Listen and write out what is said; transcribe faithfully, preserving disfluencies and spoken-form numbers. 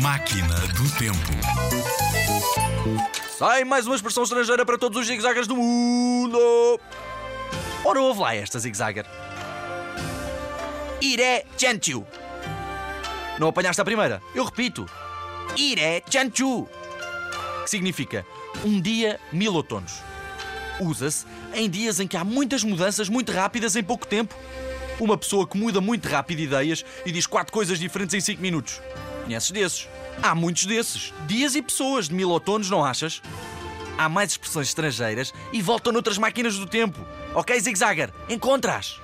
Máquina do Tempo. Sai mais uma expressão estrangeira para todos os zigzaggers do mundo. Ora, ouve lá esta zigzagger. Ire chanchu. Não apanhaste a primeira? Eu repito. Ire chanchu. Que significa um dia mil outonos. Usa-se em dias em que há muitas mudanças muito rápidas em pouco tempo. Uma pessoa que muda muito rápido ideias e diz quatro coisas diferentes em cinco minutos. Conheces desses? Há muitos desses. Dias e pessoas de mil outonos, não achas? Há mais expressões estrangeiras e voltam noutras máquinas do tempo. Ok, zigzagger? Encontras!